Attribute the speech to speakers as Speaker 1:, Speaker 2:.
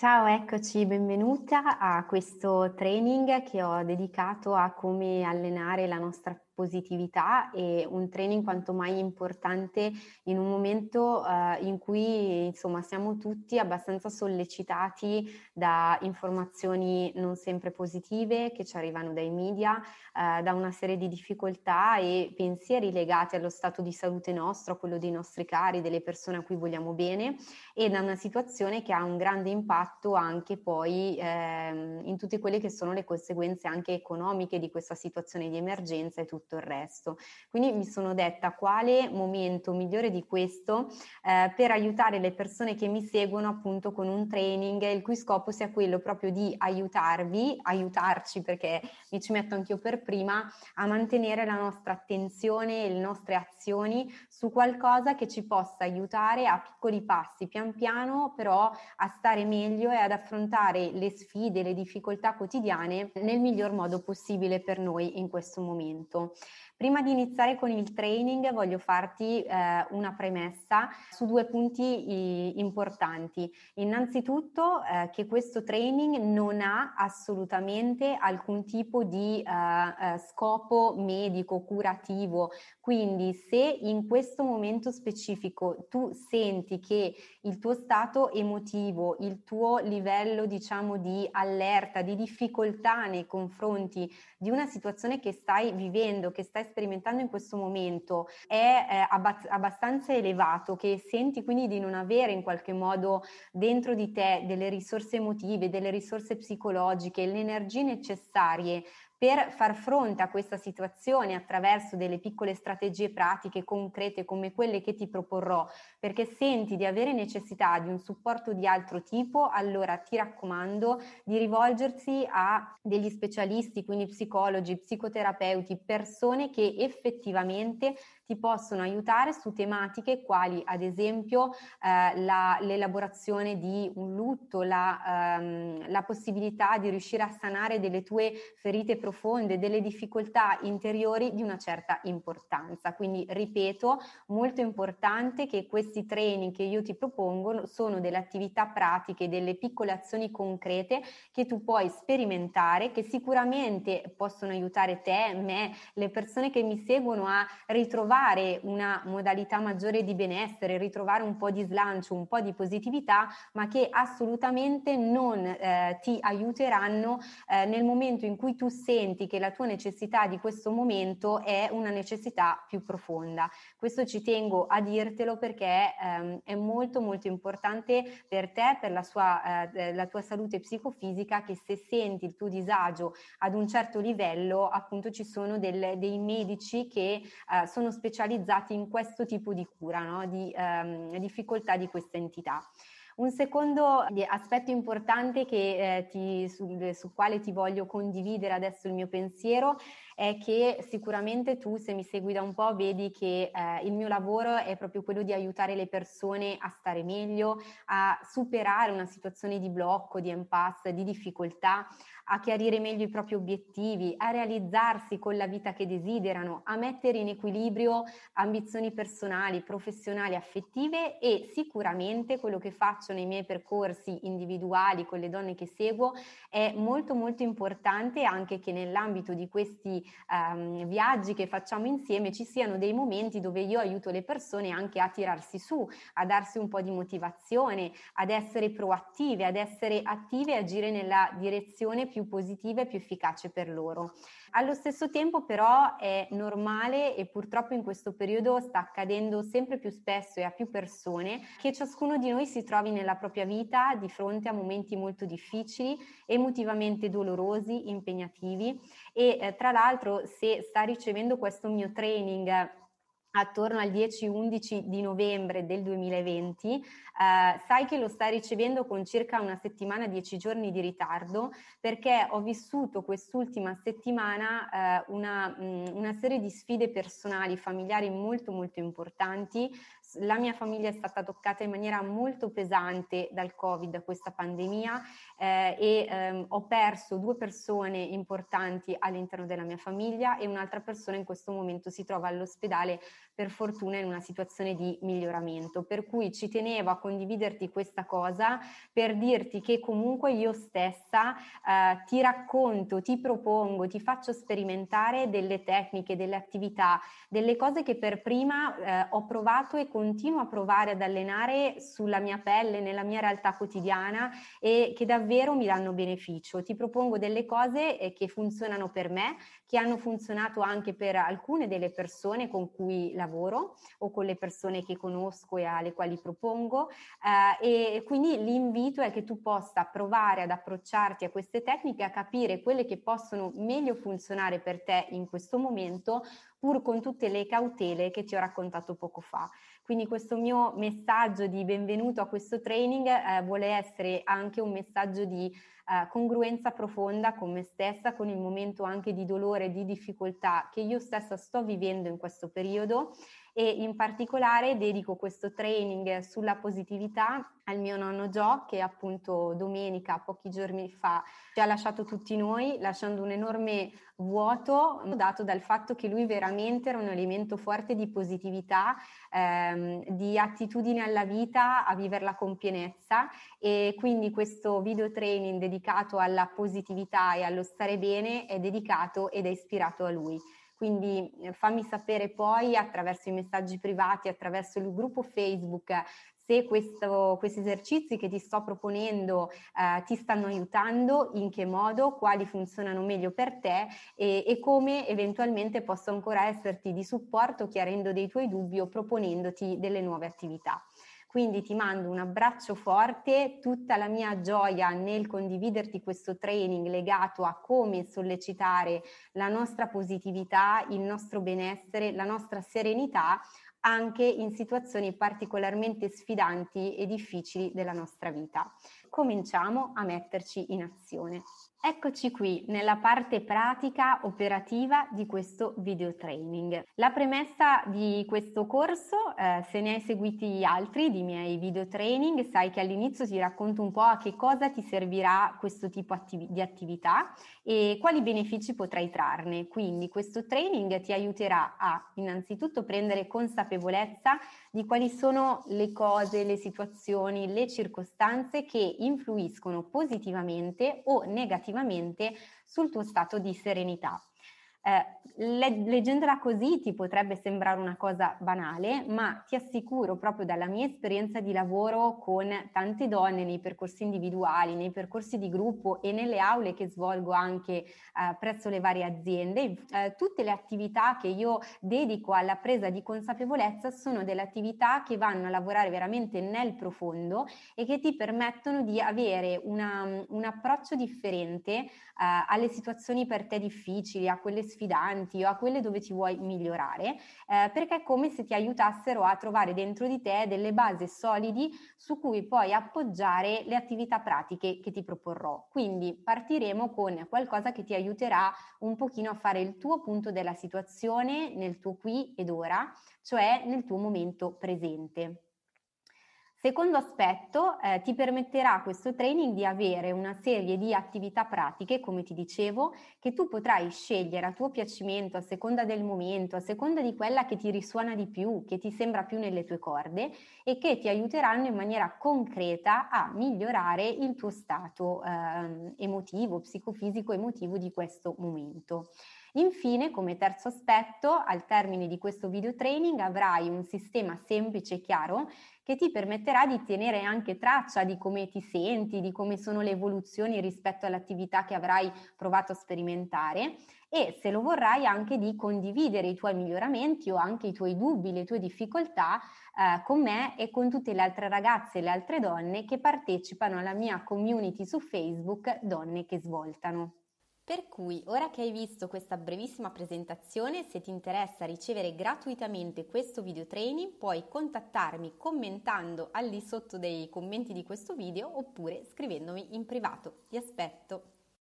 Speaker 1: Ciao, eccoci, benvenuta a questo training che ho dedicato a come allenare la nostra positività e un training quanto mai importante in un momento in cui insomma siamo tutti abbastanza sollecitati da informazioni non sempre positive che ci arrivano dai media, da una serie di difficoltà e pensieri legati allo stato di salute nostro, a quello dei nostri cari, delle persone a cui vogliamo bene, e da una situazione che ha un grande impatto anche poi in tutte quelle che sono le conseguenze anche economiche di questa situazione di emergenza e tutto il resto. Quindi mi sono detta quale momento migliore di questo per aiutare le persone che mi seguono appunto con un training il cui scopo sia quello proprio di aiutarci, perché mi ci metto anch'io per prima, a mantenere la nostra attenzione e le nostre azioni su qualcosa che ci possa aiutare a piccoli passi, pian piano, però a stare meglio e ad affrontare le sfide, le difficoltà quotidiane nel miglior modo possibile per noi in questo momento. Prima di iniziare con il training voglio farti una premessa su due punti importanti. Innanzitutto che questo training non ha assolutamente alcun tipo di scopo medico, curativo, quindi se in questo momento specifico tu senti che il tuo stato emotivo, il tuo livello diciamo di allerta, di difficoltà nei confronti di una situazione che stai vivendo, che stai sperimentando in questo momento è abbastanza elevato, che senti quindi di non avere in qualche modo dentro di te delle risorse emotive, delle risorse psicologiche, le energie necessarie per far fronte a questa situazione attraverso delle piccole strategie pratiche concrete come quelle che ti proporrò, perché senti di avere necessità di un supporto di altro tipo, allora ti raccomando di rivolgersi a degli specialisti, quindi psicologi, psicoterapeuti, persone che effettivamente ti possono aiutare su tematiche quali ad esempio l'elaborazione di un lutto, la possibilità di riuscire a sanare delle tue ferite profonde, delle difficoltà interiori di una certa importanza. Quindi ripeto, molto importante che questi training che io ti propongo sono delle attività pratiche, delle piccole azioni concrete che tu puoi sperimentare, che sicuramente possono aiutare te, me, le persone che mi seguono a ritrovare una modalità maggiore di benessere, ritrovare un po' di slancio, un po' di positività, ma che assolutamente non ti aiuteranno nel momento in cui tu senti che la tua necessità di questo momento è una necessità più profonda. Questo ci tengo a dirtelo perché è molto molto importante per te, per la tua salute psicofisica, che se senti il tuo disagio ad un certo livello, appunto ci sono dei medici che sono specializzati in questo tipo di cura, no? Di difficoltà di questa entità. Un secondo aspetto importante sul quale ti voglio condividere adesso il mio pensiero è che sicuramente tu, se mi segui da un po', vedi che il mio lavoro è proprio quello di aiutare le persone a stare meglio, a superare una situazione di blocco, di impasse, di difficoltà, a chiarire meglio i propri obiettivi, a realizzarsi con la vita che desiderano, a mettere in equilibrio ambizioni personali, professionali, affettive, e sicuramente quello che faccio nei miei percorsi individuali con le donne che seguo è molto molto importante anche che nell'ambito di questi viaggi che facciamo insieme ci siano dei momenti dove io aiuto le persone anche a tirarsi su, a darsi un po' di motivazione, ad essere proattive, ad essere attive e agire nella direzione più positiva e più efficace per loro. Allo stesso tempo però è normale, e purtroppo in questo periodo sta accadendo sempre più spesso e a più persone, che ciascuno di noi si trovi nella propria vita di fronte a momenti molto difficili, emotivamente dolorosi, impegnativi, e tra l'altro se sta ricevendo questo mio training attorno al 10-11 di novembre del 2020, sai che lo sta ricevendo con circa una settimana, 10 giorni di ritardo, perché ho vissuto quest'ultima settimana una serie di sfide personali, familiari molto molto importanti, la mia famiglia è stata toccata in maniera molto pesante dal Covid, questa pandemia, ho perso 2 persone importanti all'interno della mia famiglia e un'altra persona in questo momento si trova all'ospedale, per fortuna in una situazione di miglioramento, per cui ci tenevo a condividerti questa cosa per dirti che comunque io stessa ti racconto, ti propongo, ti faccio sperimentare delle tecniche, delle attività, delle cose che per prima ho provato e continuo a provare ad allenare sulla mia pelle, nella mia realtà quotidiana e che davvero mi danno beneficio. Ti propongo delle cose che funzionano per me, che hanno funzionato anche per alcune delle persone con cui lavoro o con le persone che conosco e alle quali propongo, e quindi l'invito è che tu possa provare ad approcciarti a queste tecniche, a capire quelle che possono meglio funzionare per te in questo momento, pur con tutte le cautele che ti ho raccontato poco fa. Quindi questo mio messaggio di benvenuto a questo training vuole essere anche un messaggio di congruenza profonda con me stessa, con il momento anche di dolore, di difficoltà che io stessa sto vivendo in questo periodo, e in particolare dedico questo training sulla positività al mio nonno Gio, che appunto domenica, pochi giorni fa, ci ha lasciato tutti noi, lasciando un enorme vuoto dato dal fatto che lui veramente era un elemento forte di positività, di attitudine alla vita, a viverla con pienezza, e quindi questo video training dedicato alla positività e allo stare bene è dedicato ed è ispirato a lui. Quindi fammi sapere poi attraverso i messaggi privati, attraverso il gruppo Facebook, se questi esercizi che ti sto proponendo ti stanno aiutando, in che modo, quali funzionano meglio per te e come eventualmente posso ancora esserti di supporto chiarendo dei tuoi dubbi o proponendoti delle nuove attività. Quindi ti mando un abbraccio forte, tutta la mia gioia nel condividerti questo training legato a come sollecitare la nostra positività, il nostro benessere, la nostra serenità anche in situazioni particolarmente sfidanti e difficili della nostra vita. Cominciamo a metterci in azione. Eccoci qui nella parte pratica operativa di questo video training. La premessa di questo corso, se ne hai seguiti altri di miei video training, sai che all'inizio ti racconto un po' a che cosa ti servirà questo tipo di attività e quali benefici potrai trarne. Quindi questo training ti aiuterà a innanzitutto prendere consapevolezza di quali sono le cose, le situazioni, le circostanze che influiscono positivamente o negativamente sul tuo stato di serenità. Leggendola così ti potrebbe sembrare una cosa banale, ma ti assicuro proprio dalla mia esperienza di lavoro con tante donne nei percorsi individuali, nei percorsi di gruppo e nelle aule che svolgo anche presso le varie aziende, tutte le attività che io dedico alla presa di consapevolezza sono delle attività che vanno a lavorare veramente nel profondo e che ti permettono di avere un approccio differente alle situazioni per te difficili, a quelle sfidanti o a quelle dove ti vuoi migliorare, perché è come se ti aiutassero a trovare dentro di te delle basi solidi su cui poi appoggiare le attività pratiche che ti proporrò. Quindi partiremo con qualcosa che ti aiuterà un pochino a fare il tuo punto della situazione nel tuo qui ed ora, cioè nel tuo momento presente. Secondo aspetto, ti permetterà questo training di avere una serie di attività pratiche, come ti dicevo, che tu potrai scegliere a tuo piacimento, a seconda del momento, a seconda di quella che ti risuona di più, che ti sembra più nelle tue corde e che ti aiuteranno in maniera concreta a migliorare il tuo stato emotivo, psicofisico emotivo di questo momento. Infine, come terzo aspetto, al termine di questo video training avrai un sistema semplice e chiaro che ti permetterà di tenere anche traccia di come ti senti, di come sono le evoluzioni rispetto all'attività che avrai provato a sperimentare e, se lo vorrai, anche di condividere i tuoi miglioramenti o anche i tuoi dubbi, le tue difficoltà con me e con tutte le altre ragazze e le altre donne che partecipano alla mia community su Facebook Donne che Svoltano. Per cui, ora che hai visto questa brevissima presentazione, se ti interessa ricevere gratuitamente questo video training, puoi contattarmi commentando al di sotto dei commenti di questo video oppure scrivendomi in privato. Ti aspetto!